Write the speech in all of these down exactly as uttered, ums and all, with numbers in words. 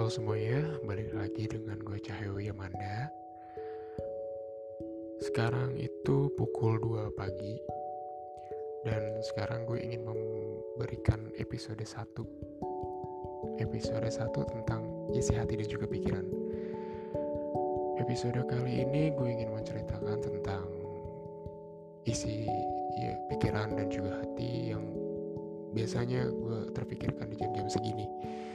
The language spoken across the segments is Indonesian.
Halo semuanya, balik lagi dengan gue Cahyo Yamanda. Sekarang itu pukul dua pagi. Dan sekarang gue ingin memberikan episode satu Episode satu tentang isi hati dan juga pikiran. Episode kali ini gue ingin menceritakan tentang isi ya, pikiran dan juga hati yang biasanya gue terpikirkan di jam-jam segini.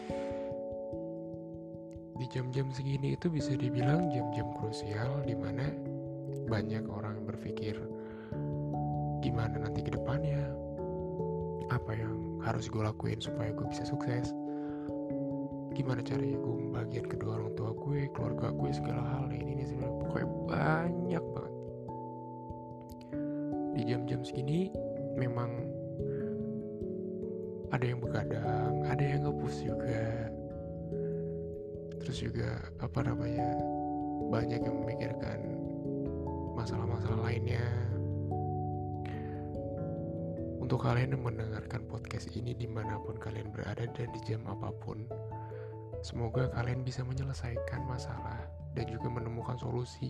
Di jam-jam segini itu bisa dibilang jam-jam krusial di mana banyak orang yang berpikir gimana nanti ke depannya, apa yang harus gue lakuin supaya gue bisa sukses, gimana caranya gue membagian kedua orang tua gue, keluarga gue, segala hal ini ini sebenarnya pokoknya banyak banget. Di jam-jam segini memang ada yang begadang, ada yang nge-push juga. Terus juga apa namanya banyak yang memikirkan masalah-masalah lainnya. Untuk kalian yang mendengarkan podcast ini dimanapun kalian berada dan di jam apapun, semoga kalian bisa menyelesaikan masalah dan juga menemukan solusi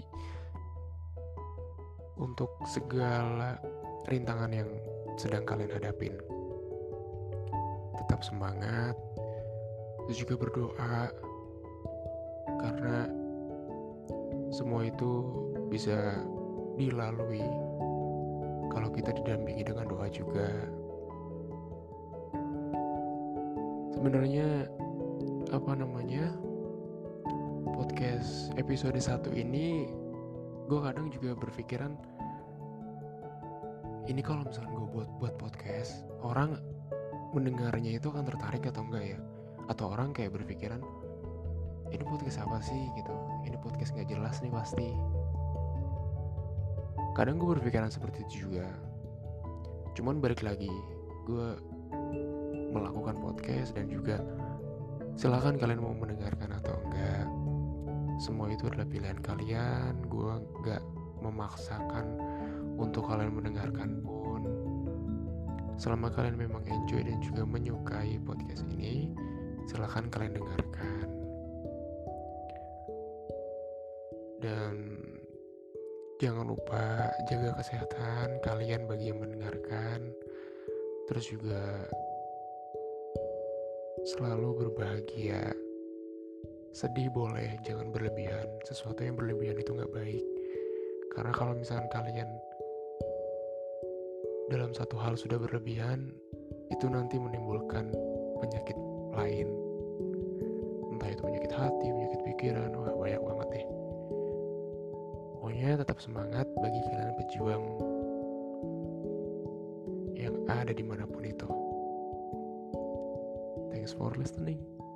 untuk segala rintangan yang sedang kalian hadapin. Tetap semangat, terus juga berdoa, karena semua itu bisa dilalui kalau kita didampingi dengan doa juga. Sebenarnya apa namanya podcast episode satu ini gue kadang juga berpikiran, ini kalau misalnya gue buat buat podcast, orang mendengarnya itu akan tertarik atau enggak ya? Atau orang kayak berpikiran, ini podcast apa sih gitu, ini podcast gak jelas nih pasti. Kadang gue berpikiran seperti itu juga. Cuman balik lagi, gue melakukan podcast dan juga silakan kalian mau mendengarkan atau enggak, semua itu adalah pilihan kalian. Gue gak memaksakan untuk kalian mendengarkan pun. Selama kalian memang enjoy dan juga menyukai podcast ini, silakan kalian dengarkan. Dan jangan lupa jaga kesehatan kalian bagi yang mendengarkan. Terus juga selalu berbahagia. Sedih boleh, jangan berlebihan. Sesuatu yang berlebihan itu gak baik. Karena kalau misalkan kalian dalam satu hal sudah berlebihan, itu nanti menimbulkan penyakit lain. Entah itu penyakit hati, penyakit pikiran, wah banyak banget deh. Pokoknya tetap semangat bagi kalian pejuang yang ada dimanapun itu. Thanks for listening.